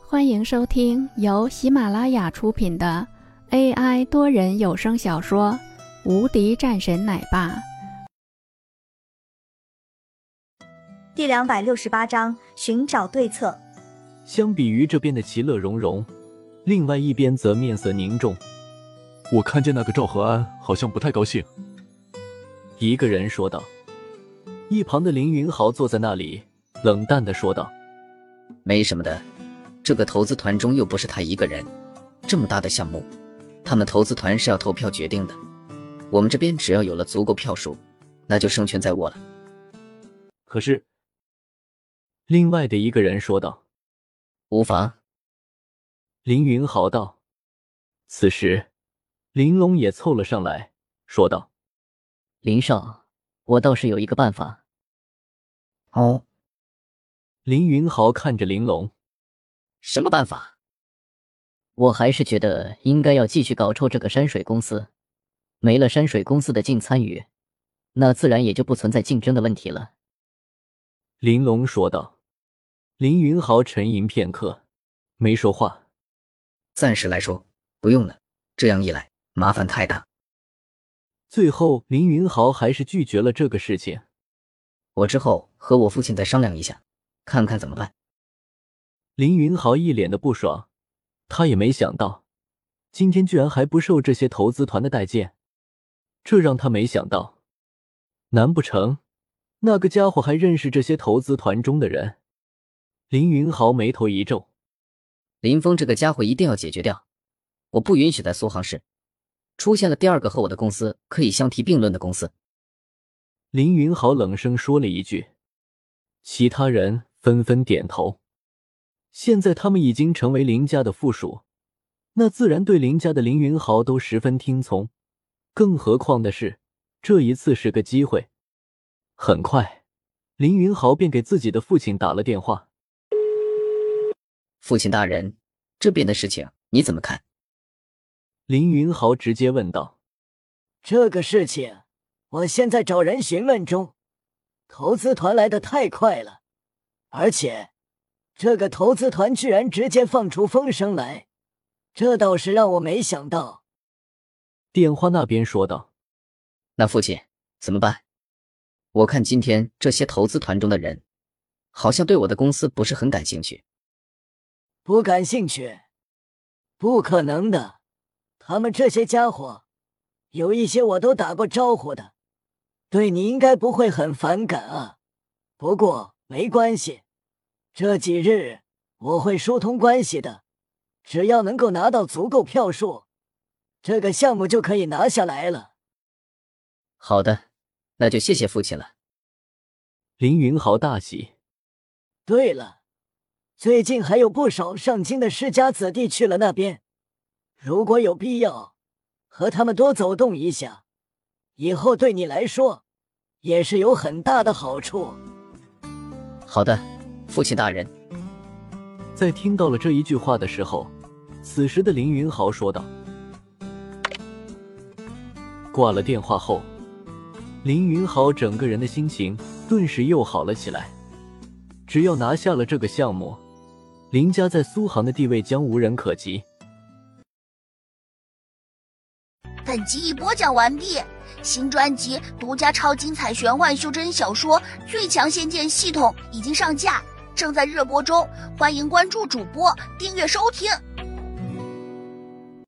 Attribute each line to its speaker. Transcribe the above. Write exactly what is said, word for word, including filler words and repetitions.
Speaker 1: 欢迎收听由喜马拉雅出品的 A I 多人有声小说《无敌战神奶爸》
Speaker 2: 第两百六十八章寻找对策。
Speaker 3: 相比于这边的其乐融融，另外一边则面色凝重。
Speaker 4: 我看见那个赵和安好像不太高兴。
Speaker 3: 一个人说道。一旁的林云豪坐在那里，冷淡地说道：
Speaker 5: 没什么的，这个投资团中又不是他一个人，这么大的项目，他们投资团是要投票决定的。我们这边只要有了足够票数，那就胜券在握了。
Speaker 3: 可是，另外的一个人说道：
Speaker 5: 无妨。
Speaker 3: 林云豪道。此时，林龙也凑了上来，说道：
Speaker 6: 林少，我倒是有一个办法。
Speaker 5: 哦。
Speaker 3: 林云豪看着林龙。
Speaker 5: 什么办法？
Speaker 6: 我还是觉得应该要继续搞臭这个山水公司，没了山水公司的净参与，那自然也就不存在竞争的问题了。
Speaker 3: 林龙说道。林云豪沉吟片刻，没说话。
Speaker 5: 暂时来说，不用了，这样一来，麻烦太大。
Speaker 3: 最后，林云豪还是拒绝了这个事情。
Speaker 5: 我之后和我父亲再商量一下，看看怎么办。
Speaker 3: 林云豪一脸的不爽，他也没想到今天居然还不受这些投资团的待见，这让他没想到。难不成那个家伙还认识这些投资团中的人？林云豪眉头一皱。
Speaker 5: 林峰这个家伙一定要解决掉，我不允许在苏杭市出现了第二个和我的公司可以相提并论的公司。
Speaker 3: 林云豪冷声说了一句，其他人纷纷点头。现在他们已经成为林家的附属，那自然对林家的林云豪都十分听从，更何况的是，这一次是个机会。很快，林云豪便给自己的父亲打了电话。
Speaker 5: 父亲大人，这边的事情你怎么看？
Speaker 3: 林云豪直接问道。
Speaker 7: 这个事情我现在找人询问中，投资团来得太快了，而且这个投资团居然直接放出风声来，这倒是让我没想到。
Speaker 3: 电话那边说道。
Speaker 5: 那父亲怎么办？我看今天这些投资团中的人好像对我的公司不是很感兴趣。
Speaker 7: 不感兴趣？不可能的，他们这些家伙有一些我都打过招呼的，对你应该不会很反感啊。不过没关系，这几日我会疏通关系的，只要能够拿到足够票数，这个项目就可以拿下来了。
Speaker 5: 好的，那就谢谢父亲了。
Speaker 3: 林云豪大喜。
Speaker 7: 对了，最近还有不少上京的世家子弟去了那边，如果有必要，和他们多走动一下，以后对你来说也是有很大的好处。
Speaker 5: 好的，父亲大人。
Speaker 3: 在听到了这一句话的时候，此时的林云豪说道。挂了电话后，林云豪整个人的心情顿时又好了起来。只要拿下了这个项目，林家在苏杭的地位将无人可及。
Speaker 8: 本集已播讲完毕，新专辑独家超精彩玄幻修真小说《最强仙剑系统》已经上架，正在热播中，欢迎关注主播，订阅收听。